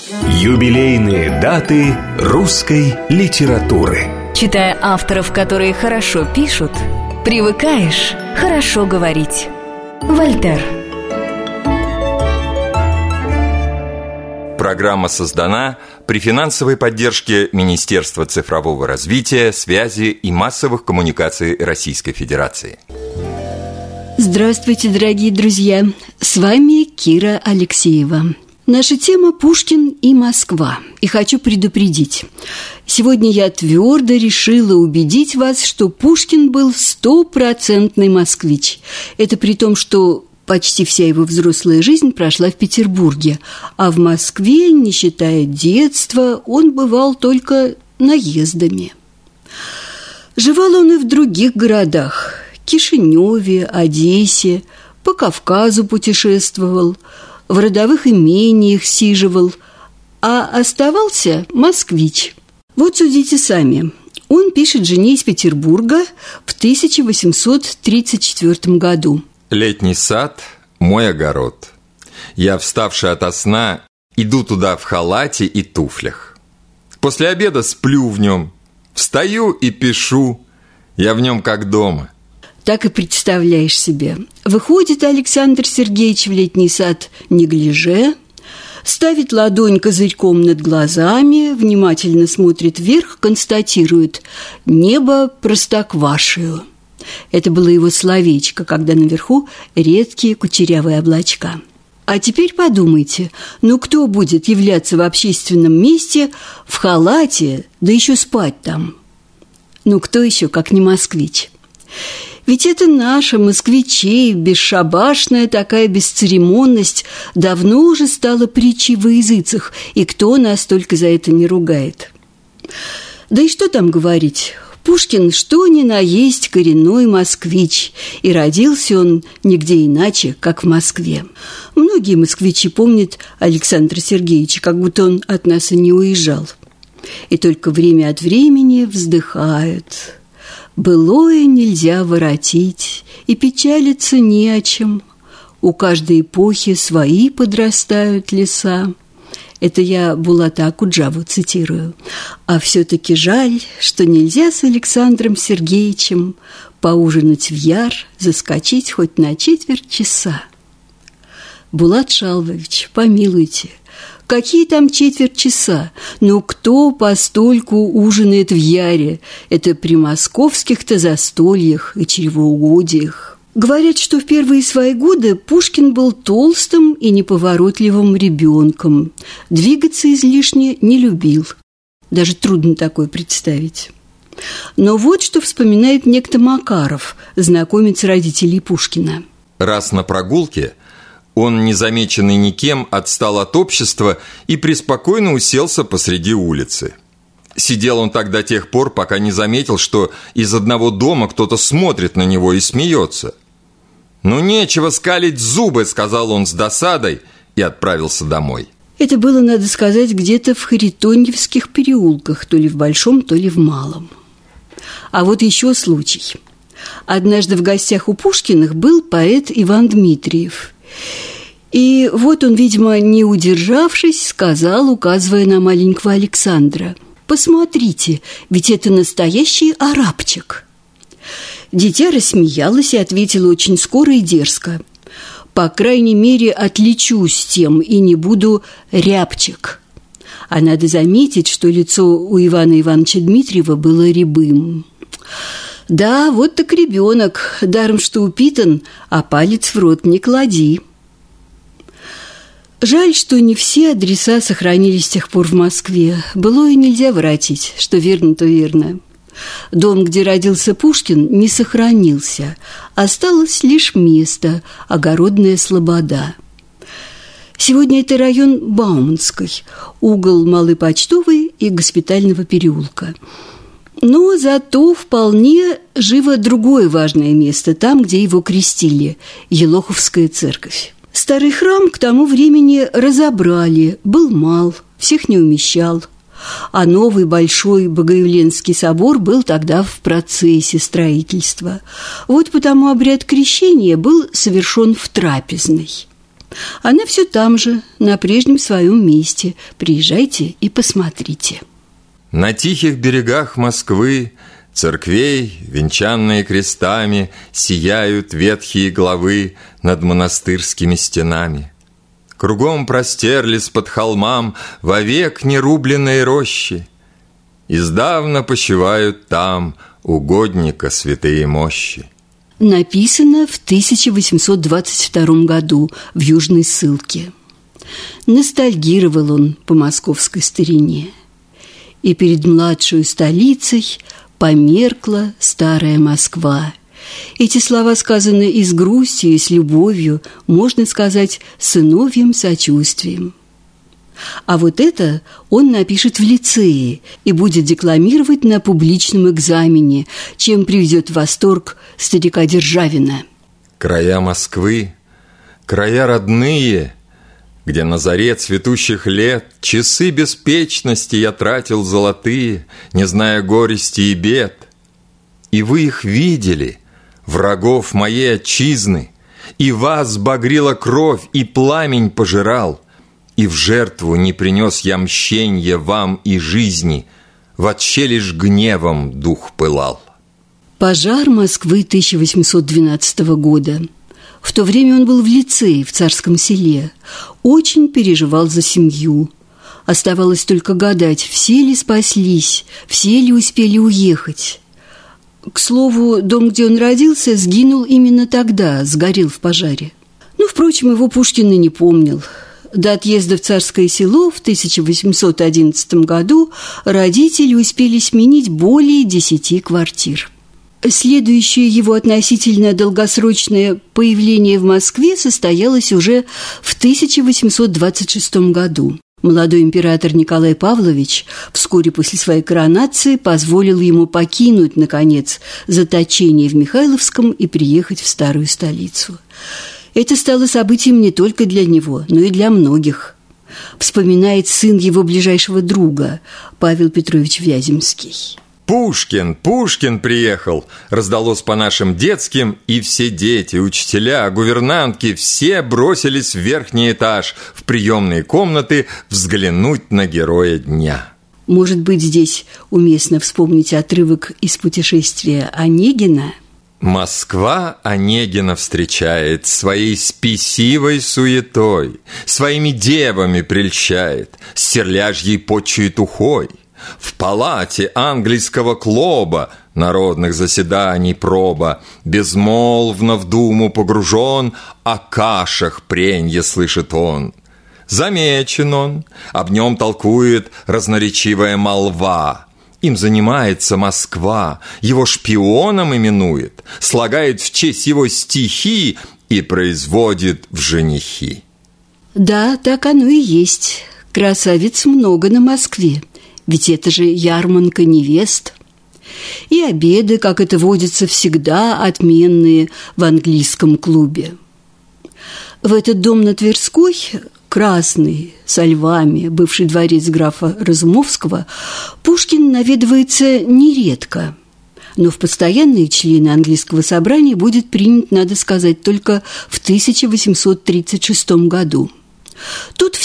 Юбилейные даты русской литературы. Читая авторов, которые хорошо пишут, привыкаешь хорошо говорить. Вольтер. Программа создана при финансовой поддержке Министерства цифрового развития, связи и массовых коммуникаций Российской Федерации. Здравствуйте, дорогие друзья! С вами Кира Алексеева. Наша тема – Пушкин и Москва. И хочу предупредить. Сегодня я твердо решила убедить вас, что Пушкин был 100% москвич. Это при том, что почти вся его взрослая жизнь прошла в Петербурге, а в Москве, не считая детства, он бывал только наездами. Жевал он и в других городах – Кишиневе, Одессе, по Кавказу путешествовал, в родовых имениях сиживал, а оставался москвич. Вот судите сами. Он пишет жене из Петербурга в 1834 году. «Летний сад – мой огород. Я, вставший ото сна, иду туда в халате и туфлях. После обеда сплю в нем, встаю и пишу. Я в нем как дома». Так и представляешь себе. Выходит Александр Сергеевич в летний сад неглиже, ставит ладонь козырьком над глазами, внимательно смотрит вверх, констатирует: «Небо простоквашею». Это было его словечко, когда наверху редкие кучерявые облачка. А теперь подумайте, кто будет являться в общественном месте в халате, да еще спать там? Кто еще, как не москвич? Ведь это наша, москвичей, бесшабашная такая бесцеремонность давно уже стала притчей во языцах, и кто нас только за это не ругает. Да и что там говорить? Пушкин что ни на есть коренной москвич, и родился он нигде иначе, как в Москве. Многие москвичи помнят Александра Сергеевича, как будто он от нас и не уезжал. И только время от времени вздыхают. Былое нельзя воротить, и печалиться не о чем. У каждой эпохи свои подрастают леса. Это я Булата Акуджаву цитирую. А все-таки жаль, что нельзя с Александром Сергеевичем поужинать в Яр, заскочить хоть на четверть часа. Булат Шалвович, помилуйте, какие там четверть часа? Кто постольку ужинает в Яре? Это при московских-то застольях и чревоугодиях. Говорят, что в первые свои годы Пушкин был толстым и неповоротливым ребенком. Двигаться излишне не любил. Даже трудно такое представить. Но вот что вспоминает некто Макаров, знакомец родителей Пушкина. Раз на прогулке он, незамеченный никем, отстал от общества и преспокойно уселся посреди улицы. Сидел он так до тех пор, пока не заметил, что из одного дома кто-то смотрит на него и смеется. «Нечего скалить зубы», — сказал он с досадой, и отправился домой. Это было, надо сказать, где-то в Харитоньевских переулках, то ли в Большом, то ли в Малом. А вот еще случай. Однажды в гостях у Пушкиных был поэт Иван Дмитриев. И вот он, видимо, не удержавшись, сказал, указывая на маленького Александра: «Посмотрите, ведь это настоящий арабчик». Дитя рассмеялась и ответила очень скоро и дерзко: «По крайней мере, отличусь тем и не буду рябчик». А надо заметить, что лицо у Ивана Ивановича Дмитриева было рябым. Да, вот так ребенок, даром что упитан, а палец в рот не клади. Жаль, что не все адреса сохранились с тех пор в Москве. Былое нельзя воротить, что верно, то верно. Дом, где родился Пушкин, не сохранился. Осталось лишь место – Огородная Слобода. Сегодня это район Бауманской, угол Малой Почтовой и Госпитального переулка. Но зато вполне живо другое важное место, там, где его крестили – Елоховская церковь. Старый храм к тому времени разобрали, был мал, всех не умещал. А новый большой Богоявленский собор был тогда в процессе строительства. Вот потому обряд крещения был совершен в трапезной. Она все там же, на прежнем своем месте. Приезжайте и посмотрите. На тихих берегах Москвы церквей, венчанные крестами, сияют ветхие главы над монастырскими стенами. Кругом простерлись под холмам вовек нерубленные рощи. Издавна почивают там угодника святые мощи. Написано в 1822 году в Южной Ссылке. Ностальгировал он по московской старине. И перед младшей столицей померкла старая Москва. Эти слова сказаны и с грустью, и с любовью, можно сказать, с иновьим сочувствием. А вот это он напишет в лицее и будет декламировать на публичном экзамене, чем приведет в восторг старика Державина. Края Москвы, края родные, где на заре цветущих лет часы беспечности я тратил золотые, не зная горести и бед. И вы их видели, врагов моей отчизны, и вас багрила кровь, и пламень пожирал. И в жертву не принес я мщенья вам и жизни, вообще лишь гневом дух пылал. Пожар Москвы 1812 года. В то время он был в лицее в Царском Селе. Очень переживал за семью. Оставалось только гадать, все ли спаслись, все ли успели уехать. К слову, дом, где он родился, сгинул именно тогда, сгорел в пожаре. Впрочем, его Пушкин и не помнил. До отъезда в Царское Село в 1811 году родители успели сменить более 10 квартир. Следующее его относительно долгосрочное появление в Москве состоялось уже в 1826 году. Молодой император Николай Павлович вскоре после своей коронации позволил ему покинуть, наконец, заточение в Михайловском и приехать в старую столицу. Это стало событием не только для него, но и для многих. Вспоминает сын его ближайшего друга, Павел Петрович Вяземский. «Пушкин, Пушкин приехал!» раздалось по нашим детским, и все дети, учителя, гувернантки, все бросились в верхний этаж, в приемные комнаты, взглянуть на героя дня. Может быть, здесь уместно вспомнить отрывок из «Путешествия Онегина». Москва Онегина встречает своей спесивой суетой, своими девами прельщает, стерляжьей почует ухой. В палате английского клуба народных заседаний проба, безмолвно в думу погружен, о кашах пренье слышит он. Замечен он, об нем толкует разноречивая молва. Им занимается Москва, его шпионом именует, слагает в честь его стихи и производит в женихи. Да, так оно и есть. Красавиц много на Москве, ведь это же ярмарка невест. И обеды, как это водится, всегда отменные в английском клубе. В этот дом на Тверской, красный, со львами, бывший дворец графа Разумовского, Пушкин наведывается нередко. Но в постоянные члены английского собрания будет принят, надо сказать, только в 1836 году. Тут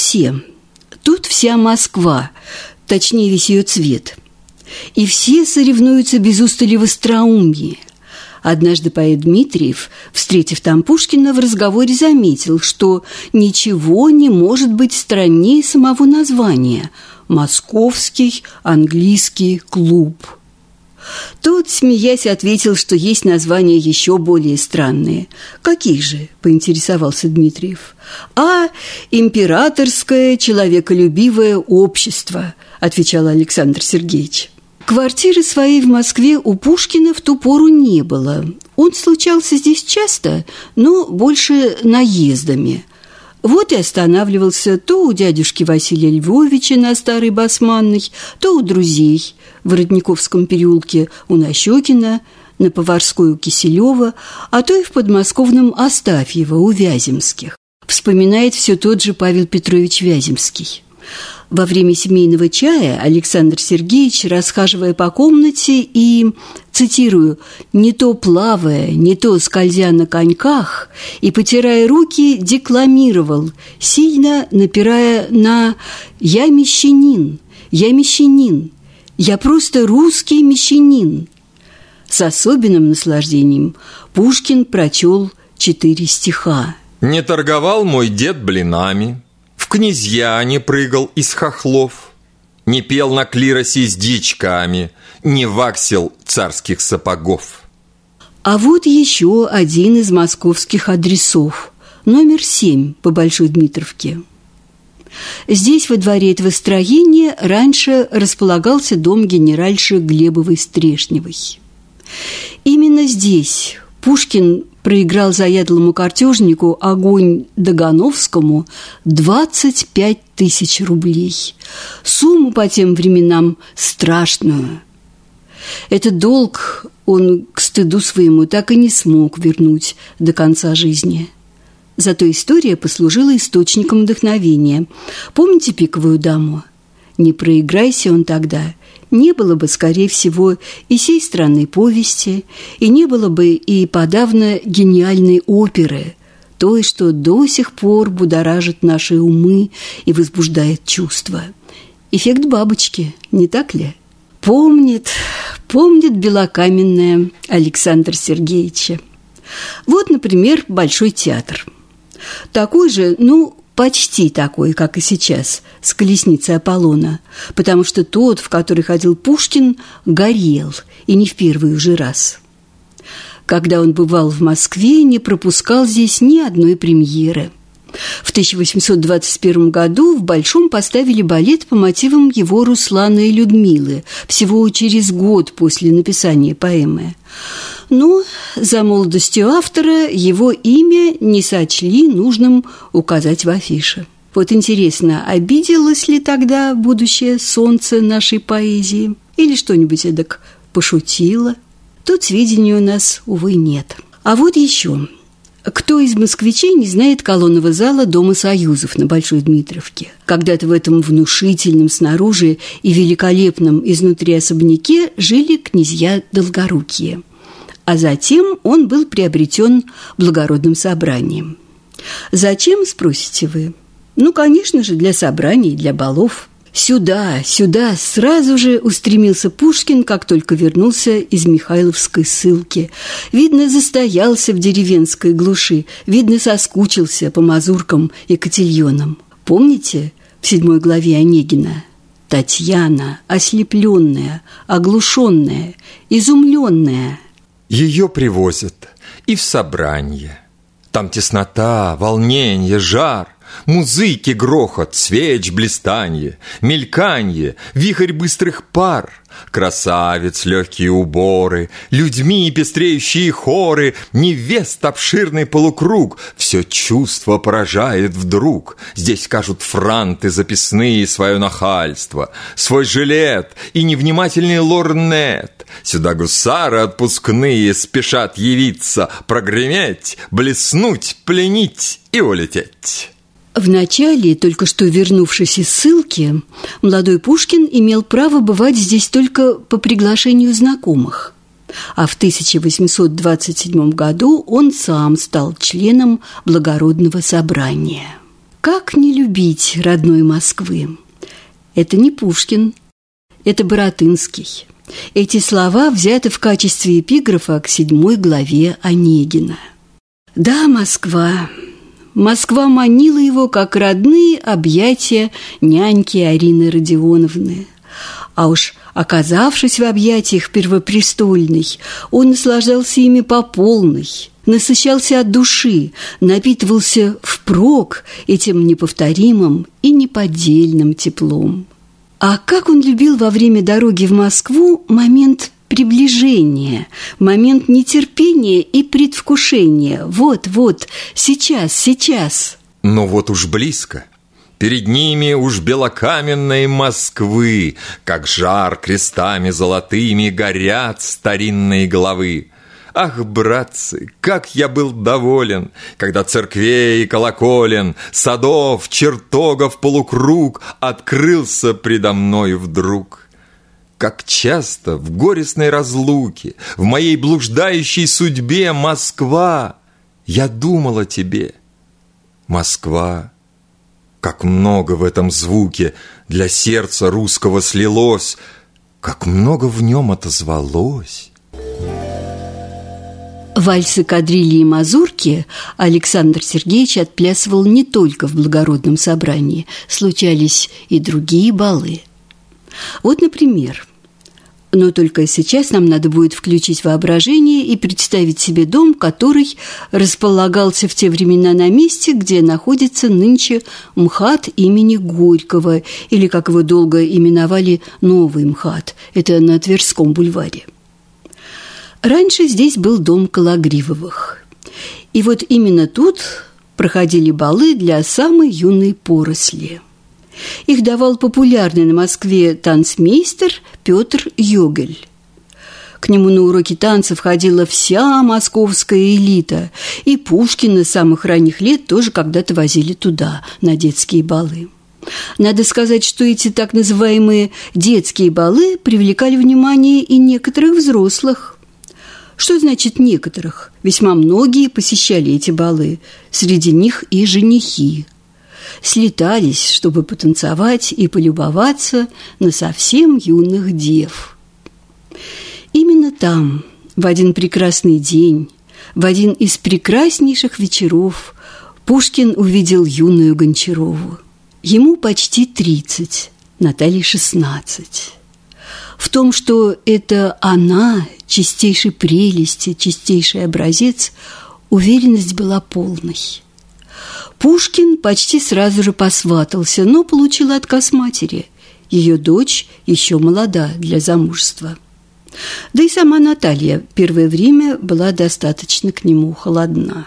вся Москва, точнее весь ее цвет. И все соревнуются без устали в остроумии. Однажды поэт Дмитриев, встретив там Пушкина, в разговоре заметил, что ничего не может быть страннее самого названия «Московский английский клуб». Тот, смеясь, ответил, что есть названия еще более странные. «Какие же?» – поинтересовался Дмитриев. «Императорское человеколюбивое общество», – отвечал Александр Сергеевич. Квартиры своей в Москве у Пушкина в ту пору не было. Он случался здесь часто, но больше наездами. Вот и останавливался то у дядюшки Василия Львовича на Старой Басманной, то у друзей в Родниковском переулке у Нащекина, на Поварской у Киселева, а то и в подмосковном Астафьево у Вяземских. Вспоминает все тот же Павел Петрович Вяземский. Во время семейного чая Александр Сергеевич, расхаживая по комнате и, цитирую, «не то плавая, не то скользя на коньках и, потирая руки, декламировал, сильно напирая на «я мещанин, я просто русский мещанин». С особенным наслаждением Пушкин прочел 4 стиха. «Не торговал мой дед блинами, в князья не прыгал из хохлов, не пел на клиросе с дичками, не ваксил царских сапогов». А вот еще один из московских адресов, номер 7 по Большой Дмитровке. Здесь, во дворе этого строения, раньше располагался дом генеральши Глебовой-Стрешневой. Именно здесь Пушкин проиграл заядлому картежнику Огонь Дагановскому 25 000 рублей. Сумму по тем временам страшную. Этот долг он к стыду своему так и не смог вернуть до конца жизни. Зато история послужила источником вдохновения. Помните «Пиковую даму»? Не проиграйся он тогда, не было бы, скорее всего, и сей странной повести, и не было бы и подавно гениальной оперы, той, что до сих пор будоражит наши умы и возбуждает чувства. Эффект бабочки, не так ли? Помнит белокаменная Александра Сергеевича. Вот, например, Большой театр. Такой же, почти такой, как и сейчас, с колесницей Аполлона, потому что тот, в который ходил Пушкин, горел, и не в первый уже раз. Когда он бывал в Москве, не пропускал здесь ни одной премьеры. В 1821 году в Большом поставили балет по мотивам его «Руслана и Людмилы», всего через год после написания поэмы. Но за молодостью автора его имя не сочли нужным указать в афише. Вот интересно, обиделось ли тогда будущее солнце нашей поэзии? Или что-нибудь эдак пошутило? Тут сведений у нас, увы, нет. А вот еще. Кто из москвичей не знает колонного зала Дома Союзов на Большой Дмитровке? Когда-то в этом внушительном снаружи и великолепном изнутри особняке жили князья Долгорукие. А затем он был приобретен благородным собранием. Зачем, спросите вы? Конечно же, для собраний, для балов. Сюда сразу же устремился Пушкин, как только вернулся из Михайловской ссылки. Видно, застоялся в деревенской глуши, видно, соскучился по мазуркам и котильонам. Помните в 7 главе Онегина? Татьяна, ослепленная, оглушенная, изумленная. Ее привозят и в собранье. Там теснота, волнение, жар, музыки грохот, свеч блистанье, мельканье, вихрь быстрых пар, красавиц легкие уборы, людьми пестреющие хоры, невест обширный полукруг. Все чувство поражает вдруг. Здесь кажут франты записные свое нахальство, свой жилет и невнимательный лорнет. Сюда гусары отпускные спешат явиться, прогреметь, блеснуть, пленить и улететь. Вначале, только что вернувшись из ссылки, молодой Пушкин имел право бывать здесь только по приглашению знакомых. А в 1827 году он сам стал членом благородного собрания. Как не любить родной Москвы? Это не Пушкин, это Баратынский. Эти слова взяты в качестве эпиграфа к 7 главе Онегина. Да, Москва манила его, как родные объятия няньки Арины Родионовны. А уж оказавшись в объятиях первопрестольной, он наслаждался ими по полной, насыщался от души, напитывался впрок этим неповторимым и неподдельным теплом. А как он любил во время дороги в Москву момент приближения, момент нетерпения и предвкушения. Вот, сейчас. Но вот уж близко. Перед ними уж белокаменные Москвы, как жар крестами золотыми горят старинные головы. Ах, братцы, как я был доволен, когда церквей и колоколен, садов, чертогов полукруг открылся предо мною вдруг. Как часто в горестной разлуке, в моей блуждающей судьбе, Москва, я думал о тебе. Москва, как много в этом звуке для сердца русского слилось, как много в нем отозвалось. Вальсы, кадрили и мазурки Александр Сергеевич отплясывал не только в благородном собрании, случались и другие балы. Вот, например, но только сейчас нам надо будет включить воображение и представить себе дом, который располагался в те времена на месте, где находится нынче МХАТ имени Горького, или, как его долго именовали, Новый МХАТ. Это на Тверском бульваре. Раньше здесь был дом Кологривовых. И вот именно тут проходили балы для самой юной поросли. Их давал популярный на Москве танцмейстер Петр Йогель. К нему на уроки танцев ходила вся московская элита, и Пушкина с самых ранних лет тоже когда-то возили туда, на детские балы. Надо сказать, что эти так называемые детские балы привлекали внимание и некоторых взрослых. Что значит некоторых? Весьма многие посещали эти балы, среди них и женихи. Слетались, чтобы потанцевать и полюбоваться на совсем юных дев. Именно там, в один прекрасный день, в один из прекраснейших вечеров, Пушкин увидел юную Гончарову. Ему почти 30, Наталье 16. В том, что это она, чистейшей прелести, чистейший образец, уверенность была полной. Пушкин почти сразу же посватался, но получил отказ матери. Ее дочь еще молода для замужества. Да и сама Наталья первое время была достаточно к нему холодна.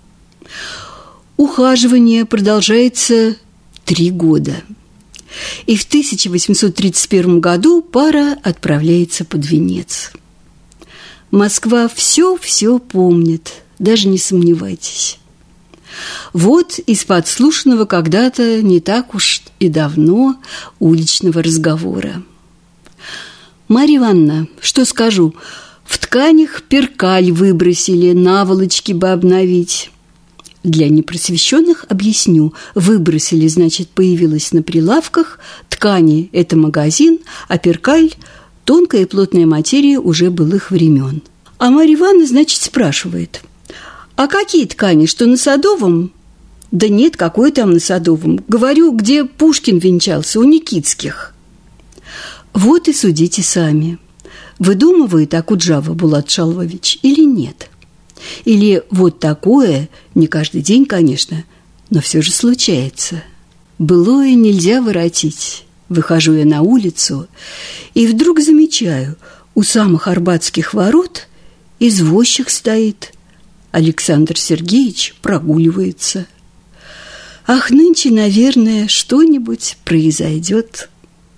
Ухаживание продолжается 3 года. И в 1831 году пара отправляется под венец. Москва все помнит, даже не сомневайтесь. Вот из подслушанного когда-то не так уж и давно уличного разговора. Марья Ивановна, что скажу, в тканях перкаль выбросили, наволочки бы обновить. Для непросвещенных объясню. Выбросили, значит, появилась на прилавках, ткани – это магазин, а перкаль – тонкая и плотная материя уже былых времен. А Марья Ивановна, значит, спрашивает: а какие ткани, что на Садовом? Да нет, какой там на Садовом? Говорю, где Пушкин венчался, у Никитских. Вот и судите сами. Выдумывает Акуджава Булат Шалвович или нет? Или вот такое, не каждый день, конечно, но все же случается. Былое нельзя воротить. Выхожу я на улицу и вдруг замечаю, у самых Арбатских ворот извозчик стоит. Александр Сергеевич прогуливается. Ах, нынче, наверное, что-нибудь произойдет.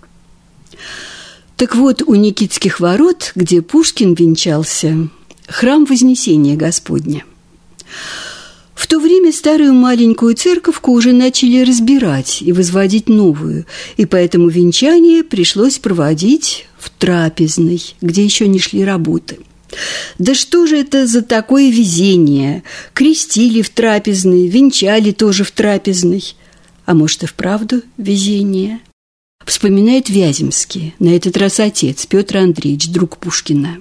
Так вот, у Никитских ворот, где Пушкин венчался, храм Вознесения Господня. В то время старую маленькую церковку уже начали разбирать и возводить новую, и поэтому венчание пришлось проводить в трапезной, где еще не шли работы. Да что же это за такое везение? Крестили в трапезной, венчали тоже в трапезной. А может, и вправду везение? Вспоминает Вяземский, на этот раз отец, Петр Андреевич, друг Пушкина.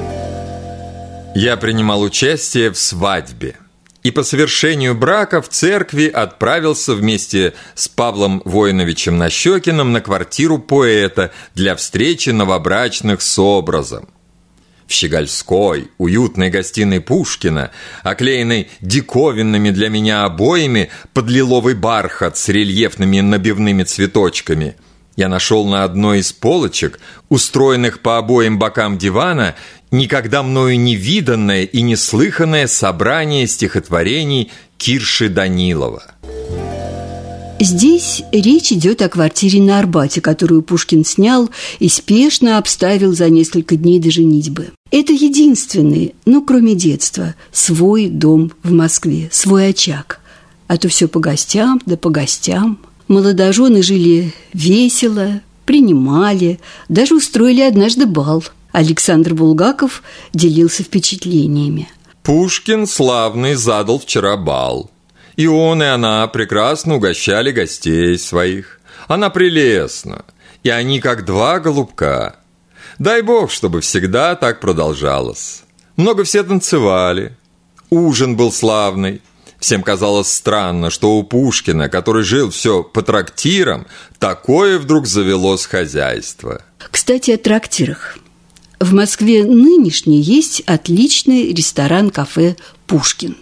Я принимал участие в свадьбе и по совершению брака в церкви отправился вместе с Павлом Воиновичем Нащекиным на квартиру поэта для встречи новобрачных с образом. В щегольской, уютной гостиной Пушкина, оклеенной диковинными для меня обоями под лиловый бархат с рельефными набивными цветочками, я нашел на одной из полочек, устроенных по обоим бокам дивана, никогда мною не виданное и не слыханное собрание стихотворений Кирши Данилова. Здесь речь идет о квартире на Арбате, которую Пушкин снял и спешно обставил за несколько дней до женитьбы. Это единственный, кроме детства, свой дом в Москве, свой очаг. А то все по гостям, да по гостям. Молодожены жили весело, принимали, даже устроили однажды бал. Александр Булгаков делился впечатлениями. Пушкин славный задал вчера бал. И он, и она прекрасно угощали гостей своих. Она прелестна, и они как два голубка. Дай бог, чтобы всегда так продолжалось. Много все танцевали. Ужин был славный. Всем казалось странно, что у Пушкина, который жил все по трактирам, такое вдруг завелось хозяйство. Кстати, о трактирах. В Москве нынешней есть отличный ресторан-кафе «Пушкин».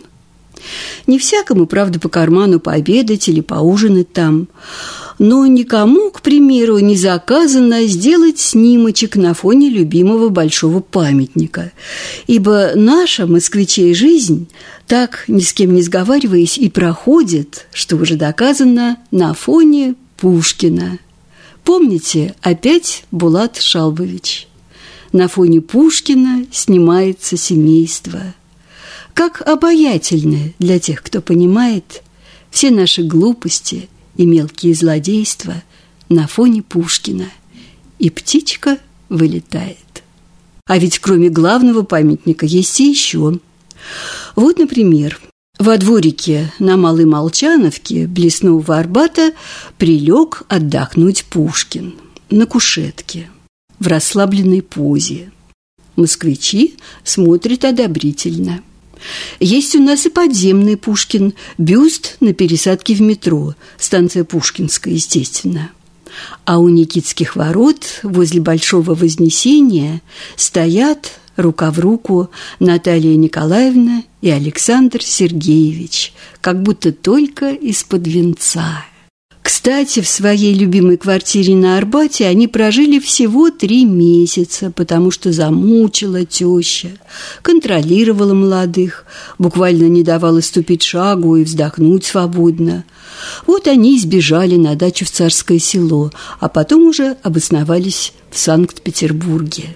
Не всякому, правда, по карману пообедать или поужинать там. Но никому, к примеру, не заказано сделать снимочек на фоне любимого большого памятника. Ибо наша, москвичей, жизнь, так, ни с кем не сговариваясь, и проходит, что уже доказано, на фоне Пушкина. Помните, опять Булат Шалбович? На фоне Пушкина снимается семейство. Как обаятельны для тех, кто понимает, все наши глупости и мелкие злодейства на фоне Пушкина. И птичка вылетает. А ведь кроме главного памятника есть и еще. Вот, например, во дворике на Малой Молчановке близ Нового Арбата прилег отдохнуть Пушкин на кушетке в расслабленной позе. Москвичи смотрят одобрительно. Есть у нас и подземный Пушкин, бюст на пересадке в метро, станция Пушкинская, естественно. А у Никитских ворот возле Большого Вознесения стоят рука в руку Наталья Николаевна и Александр Сергеевич, как будто только из-под венца. Кстати, в своей любимой квартире на Арбате они прожили всего 3 месяца, потому что замучила теща, контролировала молодых, буквально не давала ступить шагу и вздохнуть свободно. Вот они и сбежали на дачу в Царское Село, а потом уже обосновались в Санкт-Петербурге.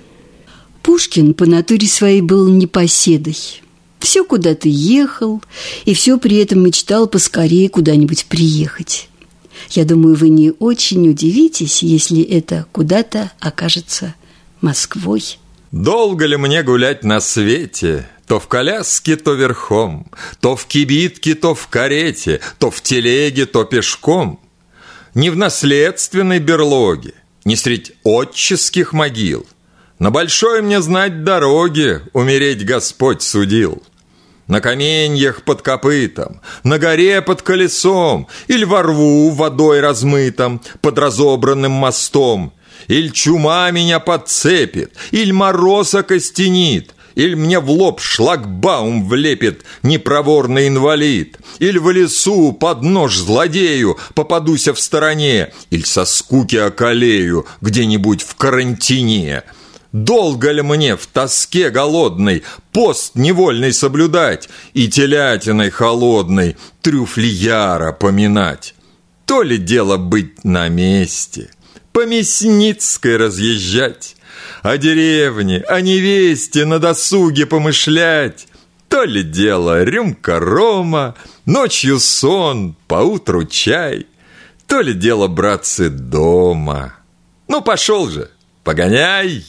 Пушкин по натуре своей был непоседой. Все куда-то ехал, и все при этом мечтал поскорее куда-нибудь приехать. Я думаю, вы не очень удивитесь, если это куда-то окажется Москвой. Долго ли мне гулять на свете? То в коляске, то верхом, то в кибитке, то в карете, то в телеге, то пешком. Не в наследственной берлоге, не средь отческих могил. На большой мне знать дороге умереть Господь судил. На каменьях под копытом, на горе под колесом, или во рву водой размытом, под разобранным мостом, иль чума меня подцепит, иль мороз окостенит, иль мне в лоб шлагбаум влепит непроворный инвалид, иль в лесу под нож злодею попадуся в стороне, иль со скуки околею где-нибудь в карантине. Долго ли мне в тоске голодной пост невольный соблюдать и телятиной холодной трюфлияра поминать? То ли дело быть на месте, по Мясницкой разъезжать, о деревне, о невесте на досуге помышлять? То ли дело рюмка рома, ночью сон, поутру чай? То ли дело, братцы, дома? Ну, пошел же, погоняй!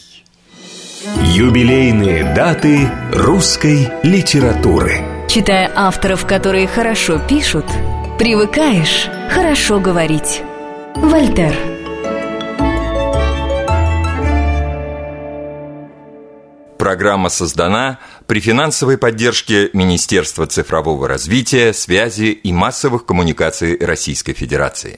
Юбилейные даты русской литературы. Читая авторов, которые хорошо пишут, привыкаешь хорошо говорить. Вольтер. Программа создана при финансовой поддержке Министерства цифрового развития, связи и массовых коммуникаций Российской Федерации.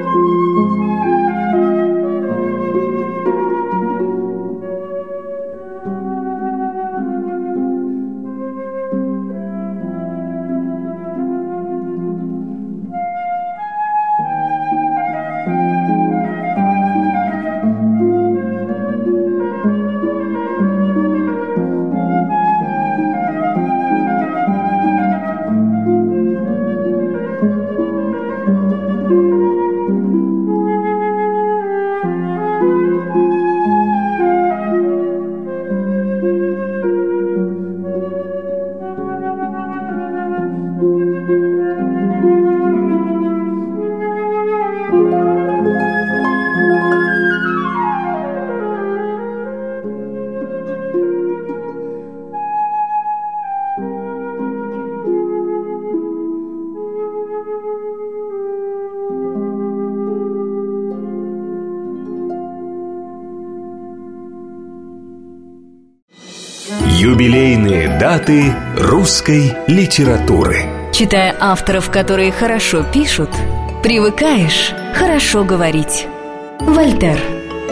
Юбилейные даты русской литературы. Читая авторов, которые хорошо пишут, привыкаешь хорошо говорить. Вольтер.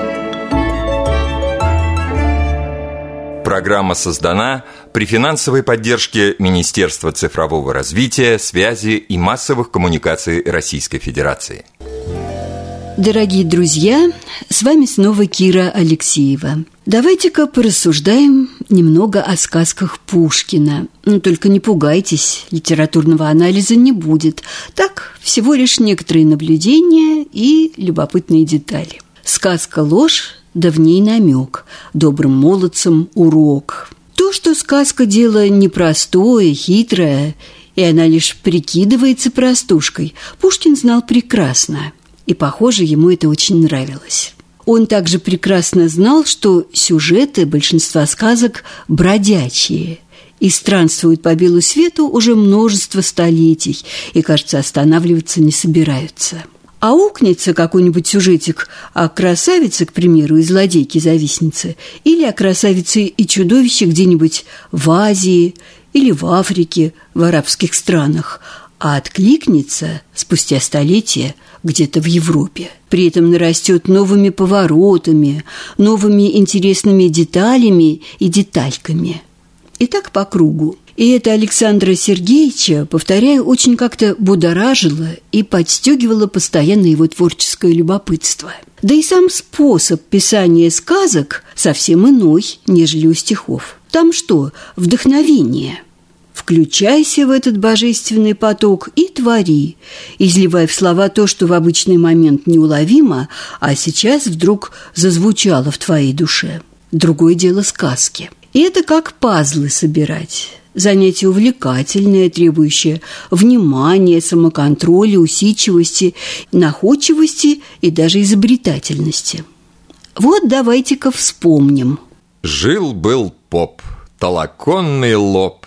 Программа создана при финансовой поддержке Министерства цифрового развития, связи и массовых коммуникаций Российской Федерации. Дорогие друзья, с вами снова Кира Алексеева. Давайте-ка порассуждаем немного о сказках Пушкина. Только не пугайтесь, литературного анализа не будет. Так, всего лишь некоторые наблюдения и любопытные детали. Сказка «Ложь», да в ней намек, добрым молодцам урок. То, что сказка – дело непростое, хитрое, и она лишь прикидывается простушкой, Пушкин знал прекрасно. И, похоже, ему это очень нравилось. Он также прекрасно знал, что сюжеты большинства сказок бродячие и странствуют по белу свету уже множество столетий и, кажется, останавливаться не собираются. Аукнется какой-нибудь сюжетик о красавице, к примеру, и злодейке-завистнице, или о красавице и чудовище где-нибудь в Азии или в Африке, в арабских странах, а откликнется спустя столетия где-то в Европе. При этом нарастет новыми поворотами, новыми интересными деталями и детальками. И так по кругу. И это Александра Сергеевича, повторяю, очень как-то будоражило и подстегивало постоянно его творческое любопытство. Да и сам способ писания сказок совсем иной, нежели у стихов. Там что? Вдохновение. Включайся в этот божественный поток и твори, изливая в слова то, что в обычный момент неуловимо, а сейчас вдруг зазвучало в твоей душе. Другое дело сказки. И это как пазлы собирать. Занятие увлекательное, требующее внимания, самоконтроля, усидчивости, находчивости и даже изобретательности. Вот давайте-ка вспомним. Жил-был поп, толоконный лоб.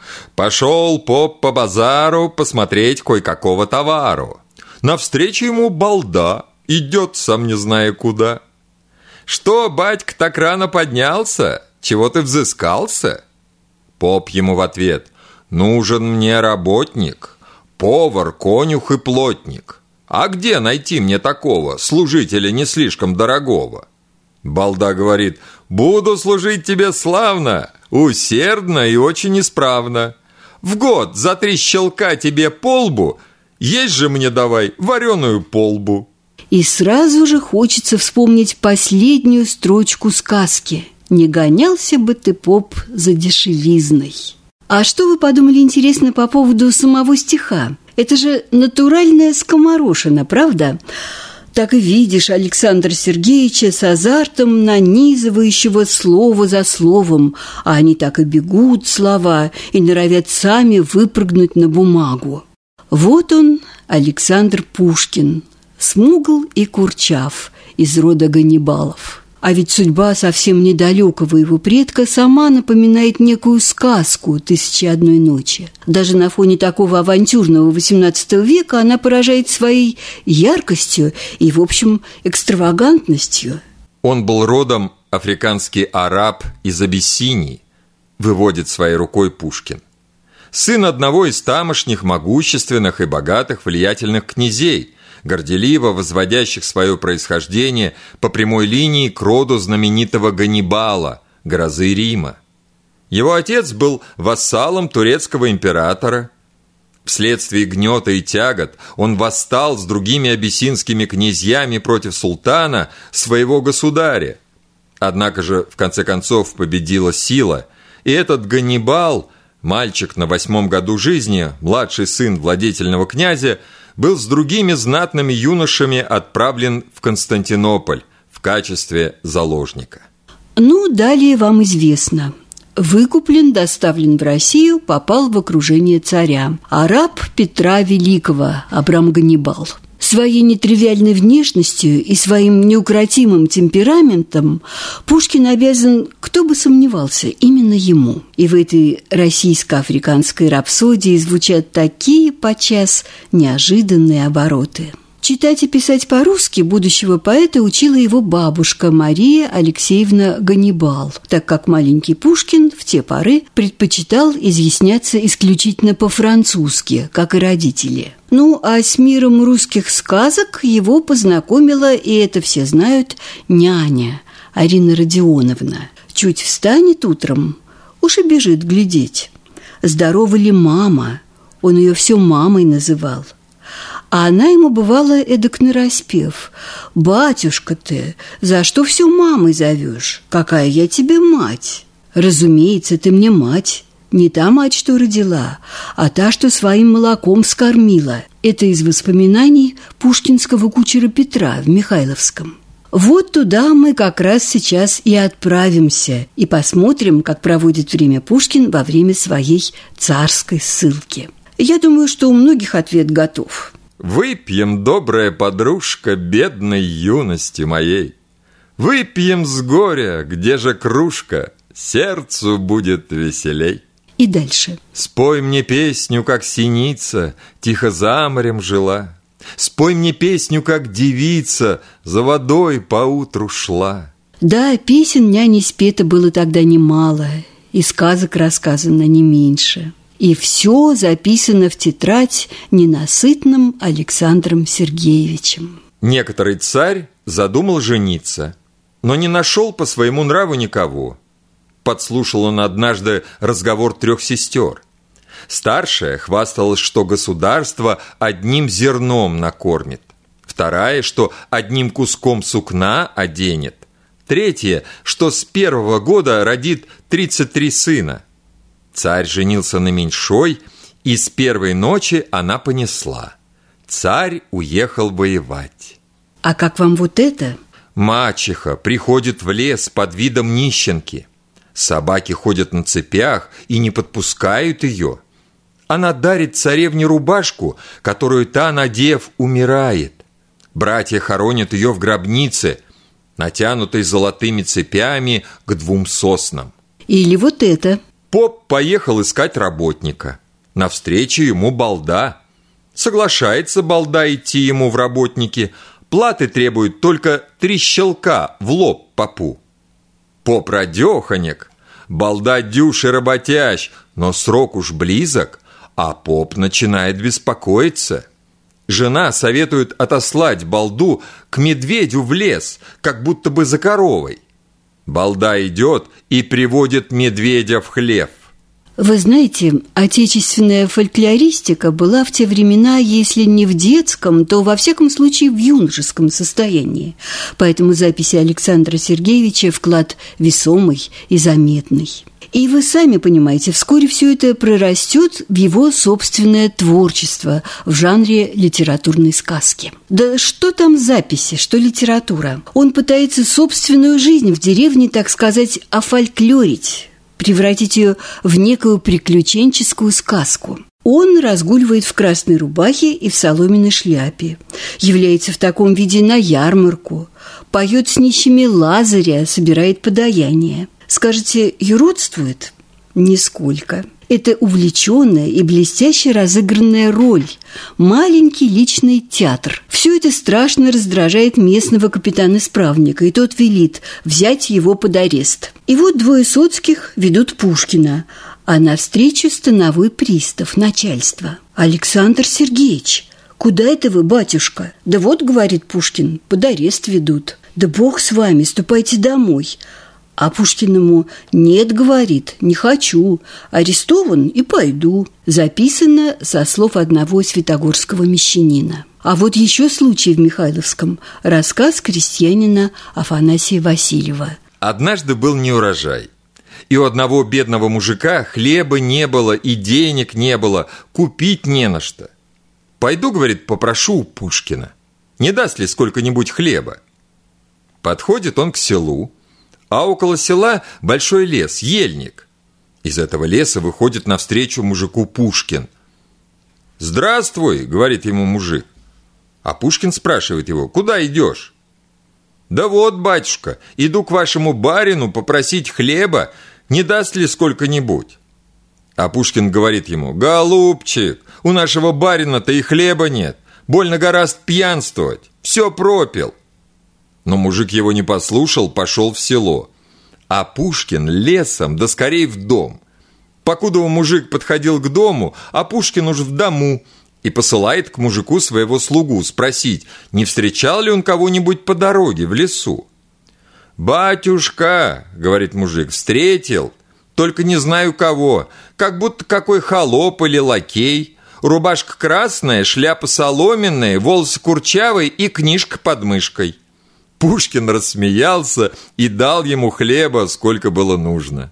Пошел поп по базару посмотреть кое-какого товару. Навстречу ему балда, идет сам не зная куда. «Что, батька, так рано поднялся? Чего ты взыскался?» Поп ему в ответ: «Нужен мне работник, повар, конюх и плотник. А где найти мне такого, служителя не слишком дорогого?» Балда говорит: «Буду служить тебе славно, усердно и очень исправно. В год за 3 щелка тебе по лбу, есть же мне давай вареную полбу». И сразу же хочется вспомнить последнюю строчку сказки: «Не гонялся бы ты, поп, за дешевизной». А что вы подумали, интересно, по поводу самого стиха? Это же натуральная скоморошина, правда? Так и видишь Александра Сергеевича с азартом нанизывающего слово за словом, а они так и бегут, слова, и норовят сами выпрыгнуть на бумагу. Вот он, Александр Пушкин, смугл и курчав, из рода Ганнибалов. А ведь судьба совсем недалекого его предка сама напоминает некую сказку «Тысячи одной ночи». Даже на фоне такого авантюрного XVIII века она поражает своей яркостью и, в общем, экстравагантностью. Он был родом африканский араб из Абиссинии, выводит своей рукой Пушкин. Сын одного из тамошних могущественных и богатых влиятельных князей, горделиво возводящих свое происхождение по прямой линии к роду знаменитого Ганнибала, грозы Рима. Его отец был вассалом турецкого императора. Вследствие гнета и тягот он восстал с другими абиссинскими князьями против султана, своего государя. Однако же, в конце концов, победила сила, и этот Ганнибал, мальчик на 8-м году жизни, младший сын владетельного князя, был с другими знатными юношами отправлен в Константинополь в качестве заложника. Ну, далее вам известно. Выкуплен, доставлен в Россию, попал в окружение царя. Араб Петра Великого, Абрам Ганнибал. Своей нетривиальной внешностью и своим неукротимым темпераментом Пушкин обязан, кто бы сомневался, именно ему. И в этой российско-африканской рапсодии звучат такие подчас неожиданные обороты. Читать и писать по-русски будущего поэта учила его бабушка Мария Алексеевна Ганнибал, так как маленький Пушкин в те поры предпочитал изъясняться исключительно по-французски, как и родители. Ну, а с миром русских сказок его познакомила, и это все знают, няня Арина Родионовна. Чуть встанет утром, уж и бежит глядеть. Здорова ли мама? Он ее все мамой называл. А она ему бывала эдак нараспев: «Батюшка ты, за что все мамой зовешь? Какая я тебе мать?» «Разумеется, ты мне мать. Не та мать, что родила, а та, что своим молоком скормила». Это из воспоминаний пушкинского кучера Петра в Михайловском. Вот туда мы как раз сейчас и отправимся, и посмотрим, как проводит время Пушкин во время своей царской ссылки. Я думаю, что у многих ответ готов. «Выпьем, добрая подружка, бедной юности моей. Выпьем с горя, где же кружка, сердцу будет веселей». И дальше. «Спой мне песню, как синица, тихо за морем жила. Спой мне песню, как девица, за водой поутру шла». Да, песен няни спето было тогда немало, и сказок рассказано не меньше. И все записано в тетрадь ненасытным Александром Сергеевичем. Некоторый царь задумал жениться, но не нашел по своему нраву никого. Подслушал он однажды разговор 3 сестер. Старшая хвасталась, что государство одним зерном накормит. Вторая, что одним куском сукна оденет. Третья, что с 1-го года родит 33 сына. Царь женился на меньшой, и с первой ночи она понесла. Царь уехал воевать. А как вам вот это? Мачеха приходит в лес под видом нищенки. Собаки ходят на цепях и не подпускают ее. Она дарит царевне рубашку, которую та, надев, умирает. Братья хоронят ее в гробнице, натянутой золотыми цепями к 2 соснам. Или вот это. Поп поехал искать работника. Навстречу ему балда. Соглашается балда идти ему в работники. Платы требует только 3 щелка в лоб попу. Поп радеханек, балда дюж и работящ, но срок уж близок, а поп начинает беспокоиться. Жена советует отослать балду к медведю в лес, как будто бы за коровой. Балда идет и приводит медведя в хлев. Вы знаете, отечественная фольклористика была в те времена, если не в детском, то во всяком случае в юношеском состоянии. Поэтому записи Александра Сергеевича вклад весомый и заметный. И вы сами понимаете, вскоре все это прорастет в его собственное творчество в жанре литературной сказки. Да что там записи, что литература? Он пытается собственную жизнь в деревне, так сказать, офольклорить, превратить ее в некую приключенческую сказку. Он разгуливает в красной рубахе и в соломенной шляпе, является в таком виде на ярмарку, поет с нищими Лазаря, собирает подаяние. Скажете, юродствует? Нисколько. Это увлеченная и блестяще разыгранная роль, маленький личный театр. Все это страшно раздражает местного капитана-исправника, и тот велит взять его под арест. И вот 2 соцких ведут Пушкина, а навстречу становой пристав начальства. Александр Сергеевич, «Куда это вы, батюшка?» «Да вот, — говорит Пушкин, — под арест ведут». «Да бог с вами, ступайте домой». А Пушкин ему: «Нет, — говорит, — не хочу, арестован и пойду». Записано со слов одного святогорского мещанина. А вот еще случай в Михайловском. Рассказ крестьянина Афанасия Васильева. Однажды был неурожай, и у одного бедного мужика хлеба не было и денег не было, купить не на что. «Пойду, — говорит, — попрошу у Пушкина, не даст ли сколько-нибудь хлеба?» Подходит он к селу, а около села большой лес, ельник. Из этого леса выходит навстречу мужику Пушкин. «Здравствуй, — говорит ему мужик. А Пушкин спрашивает его: «Куда идешь?» «Да вот, батюшка, иду к вашему барину попросить хлеба, не даст ли сколько-нибудь?» А Пушкин говорит ему: «Голубчик, у нашего барина-то и хлеба нет, больно гораст пьянствовать, все пропил». Но мужик его не послушал, пошел в село. А Пушкин лесом, да скорей в дом. Покуда мужик подходил к дому, а Пушкин уж в дому, и посылает к мужику своего слугу спросить, не встречал ли он кого-нибудь по дороге в лесу. «Батюшка, — говорит мужик, — встретил, только не знаю кого, как будто какой холоп или лакей, рубашка красная, шляпа соломенная, волосы курчавые и книжка под мышкой». Пушкин рассмеялся и дал ему хлеба, сколько было нужно.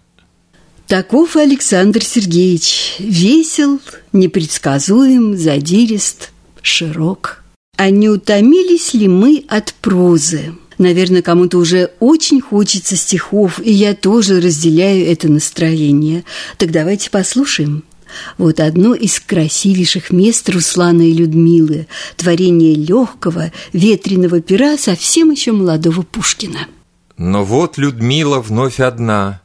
Таков Александр Сергеевич. Весел, непредсказуем, задирист, широк. А не утомились ли мы от прозы? Наверное, кому-то уже очень хочется стихов, и я тоже разделяю это настроение. Так давайте послушаем. Вот одно из красивейших мест Руслана и Людмилы, творение легкого, ветреного пера совсем еще молодого Пушкина. Но вот Людмила вновь одна.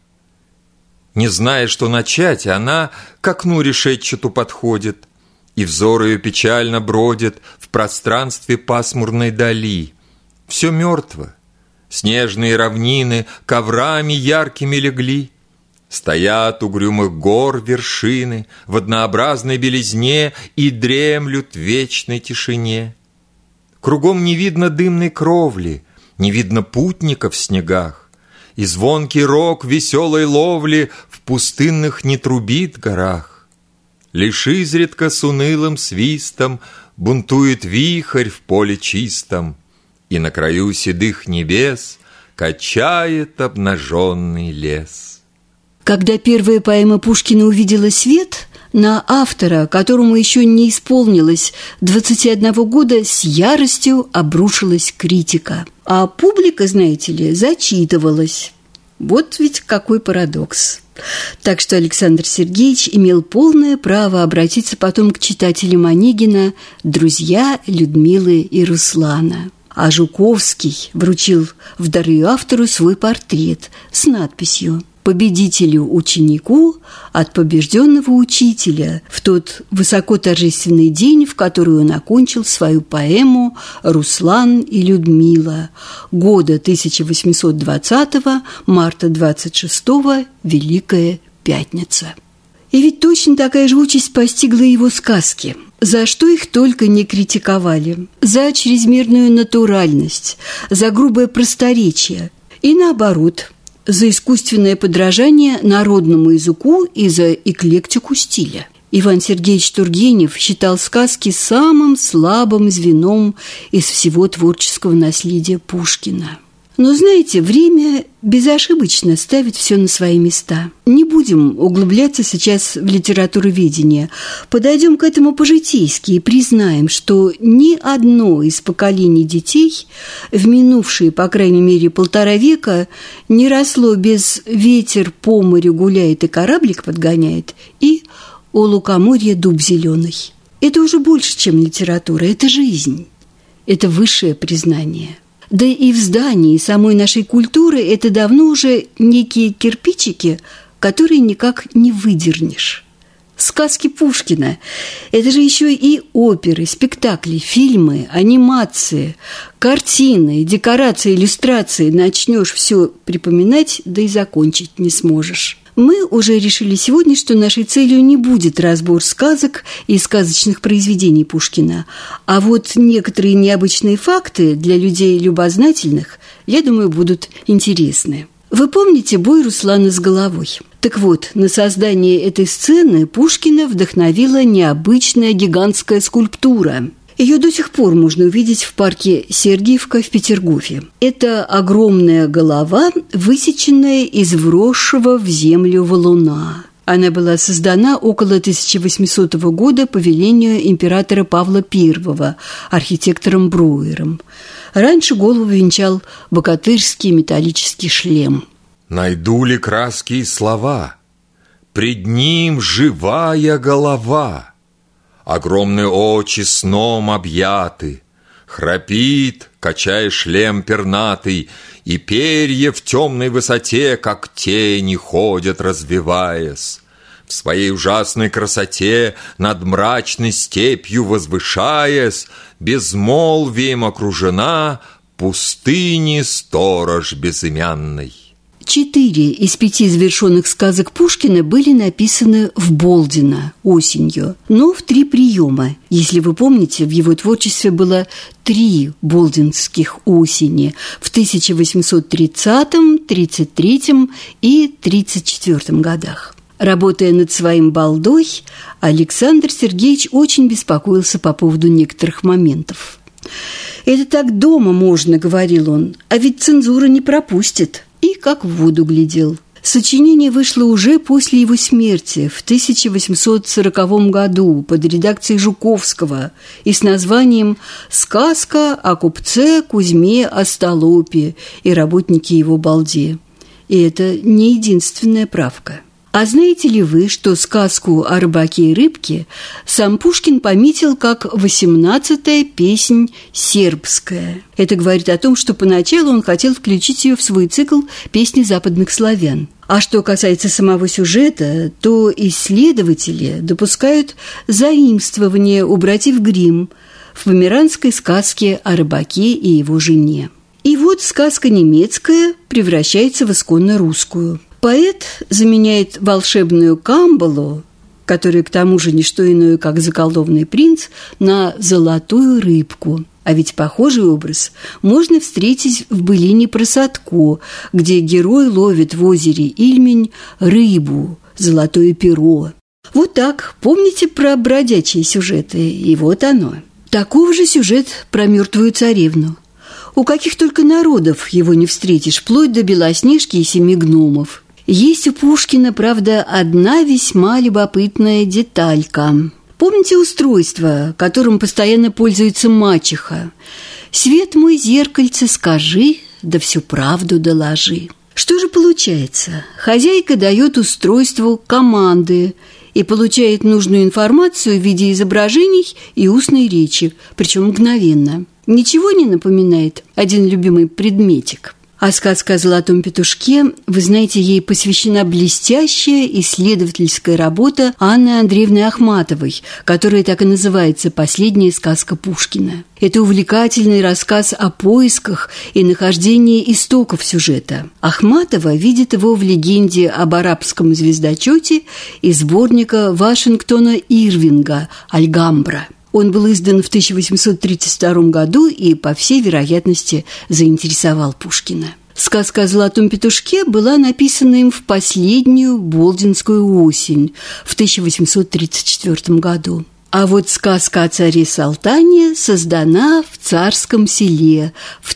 Не зная, что начать, она к окну решетчату подходит, и взор ее печально бродит в пространстве пасмурной дали. Все мертво, снежные равнины коврами яркими легли. Стоят угрюмых гор вершины в однообразной белизне и дремлют в вечной тишине. Кругом не видно дымной кровли, не видно путников в снегах, и звонкий рог веселой ловли в пустынных не трубит горах. Лишь изредка с унылым свистом бунтует вихрь в поле чистом, и на краю седых небес качает обнаженный лес. Когда первая поэма Пушкина увидела свет, на автора, которому еще не исполнилось 21 года, с яростью обрушилась критика. А публика, знаете ли, зачитывалась. Вот ведь какой парадокс. Так что Александр Сергеевич имел полное право обратиться потом к читателям Онегина «Друзья Людмилы и Руслана». А Жуковский вручил в дары автору свой портрет с надписью: «Победителю-ученику от побежденного учителя» в тот высокоторжественный день, в который он окончил свою поэму «Руслан и Людмила» года 1820, марта 26-го, Великая Пятница. И ведь точно такая же участь постигла его сказки. За что их только не критиковали. За чрезмерную натуральность, за грубое просторечие. И наоборот, за искусственное подражание народному языку и за эклектику стиля. Иван Сергеевич Тургенев считал сказки самым слабым звеном из всего творческого наследия Пушкина. Но, знаете, время безошибочно ставит все на свои места. Не будем углубляться сейчас в литературоведение. Подойдем к этому по-житейски и признаем, что ни одно из поколений детей в минувшие, по крайней мере, 1,5 века не росло без «ветер по морю гуляет и кораблик подгоняет» и «у лукоморья дуб зеленый». Это уже больше, чем литература, это жизнь, это высшее признание. Да и в здании самой нашей культуры это давно уже некие кирпичики, которые никак не выдернешь. Сказки Пушкина – это же еще и оперы, спектакли, фильмы, анимации, картины, декорации, иллюстрации. Начнешь все припоминать, да и закончить не сможешь. Мы уже решили сегодня, что нашей целью не будет разбор сказок и сказочных произведений Пушкина, а вот некоторые необычные факты для людей любознательных, я думаю, будут интересны. Вы помните бой Руслана с головой? Так вот, на создание этой сцены Пушкина вдохновила необычная гигантская скульптура. Ее до сих пор можно увидеть в парке Сергиевка в Петергофе. Это огромная голова, высеченная из вросшего в землю валуна. Она была создана около 1800 года по велению императора Павла I, архитектором Бруером. Раньше голову венчал богатырский металлический шлем. «Найду ли краски и слова? Пред ним живая голова. Огромные очи сном объяты, храпит, качая шлем пернатый, и перья в темной высоте, как тени, ходят, развиваясь. В своей ужасной красоте над мрачной степью возвышаясь, безмолвием окружена пустыни сторож безымянный». 4 из 5 завершенных сказок Пушкина были написаны в Болдино осенью, но в 3 приема. Если вы помните, в его творчестве было 3 болдинских осени в 1830, 1833 и 1834 годах. Работая над своим балдой, Александр Сергеевич очень беспокоился по поводу некоторых моментов. «Это так дома можно», — говорил он, — «а ведь цензура не пропустит». И как в воду глядел. Сочинение вышло уже после его смерти в 1840 году под редакцией Жуковского и с названием «Сказка о купце Кузьме Остолопе и работнике его балде». И это не единственная правка. А знаете ли вы, что сказку о рыбаке и рыбке сам Пушкин пометил как 18-я песнь сербская? Это говорит о том, что поначалу он хотел включить ее в свой цикл «Песни западных славян». А что касается самого сюжета, то исследователи допускают заимствование у братьев Гримм в померанской сказке о рыбаке и его жене. И вот сказка немецкая превращается в исконно русскую. Поэт заменяет волшебную Камбалу, которая к тому же не что иное, как заколдованный принц, на золотую рыбку. А ведь похожий образ можно встретить в былине про Садко, где герой ловит в озере Ильмень рыбу, золотое перо. Вот так, помните про бродячие сюжеты, и вот оно. Таков же сюжет про мертвую царевну. У каких только народов его не встретишь, вплоть до Белоснежки и 7 гномов. Есть у Пушкина, правда, одна весьма любопытная деталька. Помните устройство, которым постоянно пользуется мачеха? «Свет мой, зеркальце, скажи, да всю правду доложи». Что же получается? Хозяйка дает устройству команды и получает нужную информацию в виде изображений и устной речи, причем мгновенно. Ничего не напоминает один любимый предметик? А сказка о золотом петушке, вы знаете, ей посвящена блестящая исследовательская работа Анны Андреевны Ахматовой, которая так и называется «Последняя сказка Пушкина». Это увлекательный рассказ о поисках и нахождении истоков сюжета. Ахматова видит его в легенде об арабском звездочете из сборника Вашингтона Ирвинга «Альгамбра». Он был издан в 1832 году и, по всей вероятности, заинтересовал Пушкина. Сказка о золотом петушке была написана им в последнюю болдинскую осень в 1834 году. А вот сказка о царе Салтане создана в Царском Селе в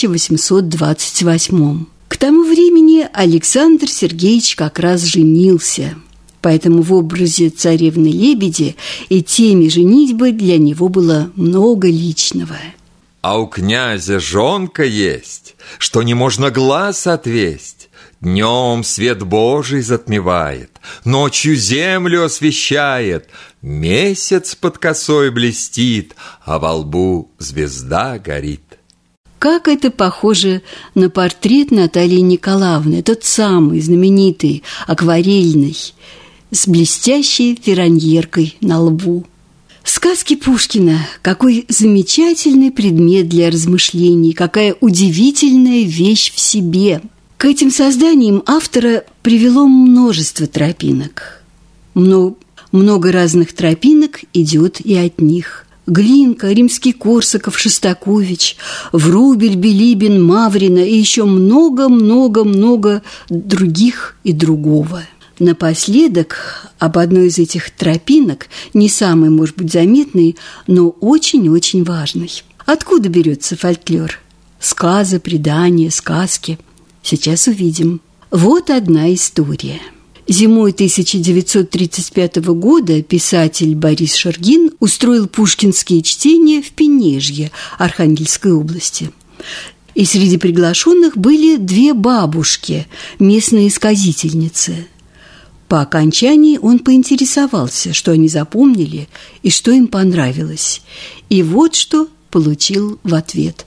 1828. К тому времени Александр Сергеевич как раз женился. Поэтому в образе царевны-лебеди и теме женитьбы для него было много личного. А у князя жонка есть, что не можно глаз отвесть. Днем свет Божий затмевает, ночью землю освещает, месяц под косой блестит, а во лбу звезда горит. Как это похоже на портрет Натальи Николаевны, тот самый знаменитый, акварельный, с блестящей фераньеркой на лбу. Сказки Пушкина – какой замечательный предмет для размышлений, какая удивительная вещь в себе. К этим созданиям автора привело множество тропинок. Много разных тропинок идет и от них. Глинка, Римский-Корсаков, Шостакович, Врубель, Билибин, Маврина и еще много-много-много других и другого. Напоследок об одной из этих тропинок, не самой, может быть, заметной, но очень-очень важной. Откуда берется фольклор? Сказы, предания, сказки. Сейчас увидим. Вот одна история. Зимой 1935 года писатель Борис Шергин устроил пушкинские чтения в Пенежье Архангельской области. И среди приглашенных были 2 бабушки, местные сказительницы. По окончании он поинтересовался, что они запомнили и что им понравилось. И вот что получил в ответ.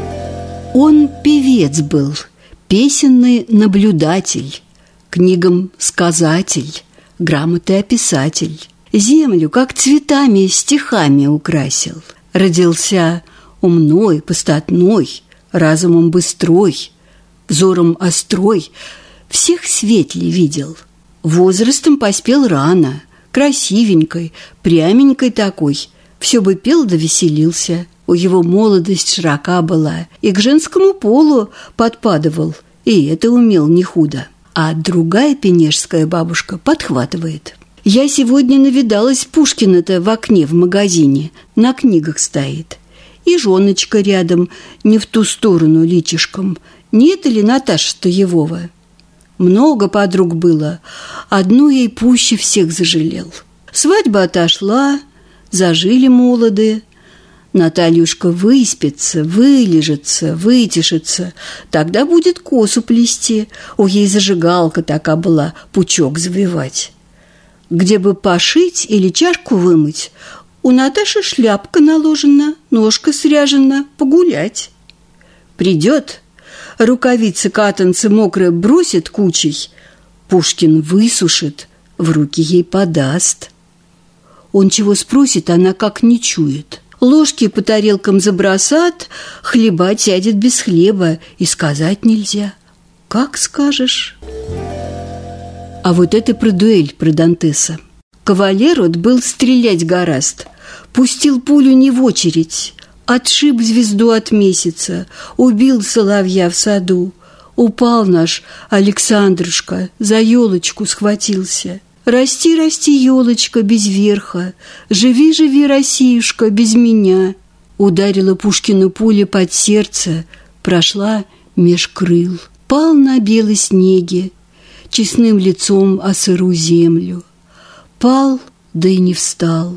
Он певец был, песенный наблюдатель, книгам сказатель, грамоты описатель. Землю, как цветами, стихами украсил. Родился умной, постатной, разумом быстрой, взором острой, всех светлей видел. Возрастом поспел рано, красивенькой, пряменькой такой. Все бы пел да веселился. У его молодость широка была, и к женскому полу подпадывал, и это умел не худо. А другая пенежская бабушка подхватывает. «Я сегодня навидалась Пушкина-то в окне в магазине, на книгах стоит. И женочка рядом, не в ту сторону личишком. Не это ли Наташа Стоевова? Много подруг было, одну ей пуще всех зажалел. Свадьба отошла, зажили молодые. Натальюшка выспится, вылежится, вытешится, тогда будет косу плести. У ей зажигалка такая была, пучок завивать. Где бы пошить или чашку вымыть, у Наташи шляпка наложена, ножка сряжена, погулять. Придет, рукавицы катанцы мокрые бросит кучей, Пушкин высушит, в руки ей подаст. Он чего спросит, она как не чует. Ложки по тарелкам забросат, хлебать сядет без хлеба, и сказать нельзя. Как скажешь? А вот это про дуэль, про Дантеса. Кавалер от был стрелять гораст, пустил пулю не в очередь, отшиб звезду от месяца, убил соловья в саду. Упал наш Александрушка, за елочку схватился. Расти, расти, елочка, без верха, живи, живи, Россиюшка, без меня. Ударила Пушкина пуля под сердце, прошла меж крыл. Пал на белой снеге, честным лицом о сырую землю. Пал, да и не встал.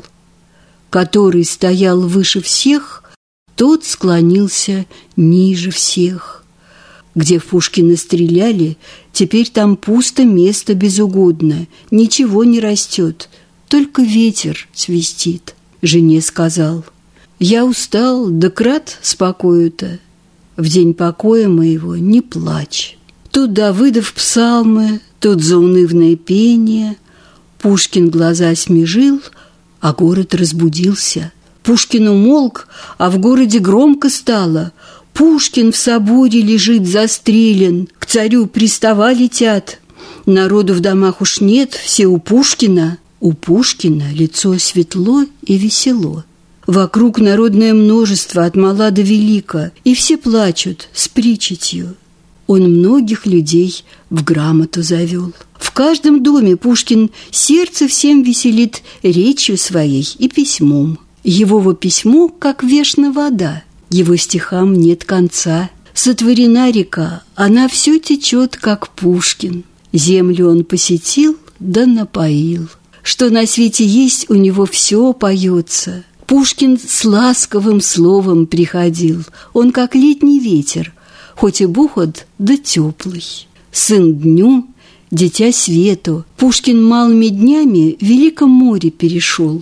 Который стоял выше всех, тот склонился ниже всех. Где в Пушкина стреляли, теперь там пусто место безугодно, ничего не растет, только ветер свистит. Жене сказал: «Я устал, да крат спокою-то. В день покоя моего не плачь». Тут Давыдов псалмы, тут заунывное пение. Пушкин глаза смежил, а город разбудился. Пушкин умолк, а в городе громко стало. Пушкин в соборе лежит застрелен, к царю пристава летят. Народу в домах уж нет, все у Пушкина. У Пушкина лицо светло и весело. Вокруг народное множество от мала до велика, и все плачут с причетью. Он многих людей в грамоту завел. В каждом доме Пушкин сердце всем веселит речью своей и письмом. Его письмо, как вешна вода, его стихам нет конца. Сотворена река, она все течет, как Пушкин. Землю он посетил, да напоил. Что на свете есть, у него все поется. Пушкин с ласковым словом приходил. Он как летний ветер, хоть и бухот, да теплый. Сын дню, дитя свету. Пушкин малыми днями в великом море перешел.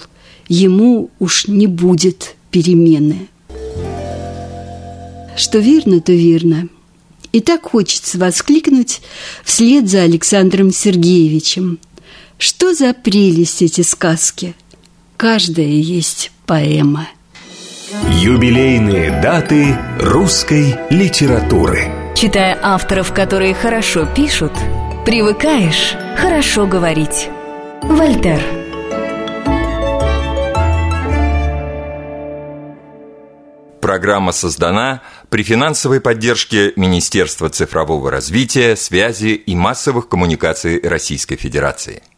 Ему уж не будет перемены. Что верно, то верно. И так хочется воскликнуть вслед за Александром Сергеевичем. Что за прелесть эти сказки! Каждая есть поэма. Юбилейные даты русской литературы. Читая авторов, которые хорошо пишут, привыкаешь хорошо говорить. Вольтер. Программа создана при финансовой поддержке Министерства цифрового развития, связи и массовых коммуникаций Российской Федерации.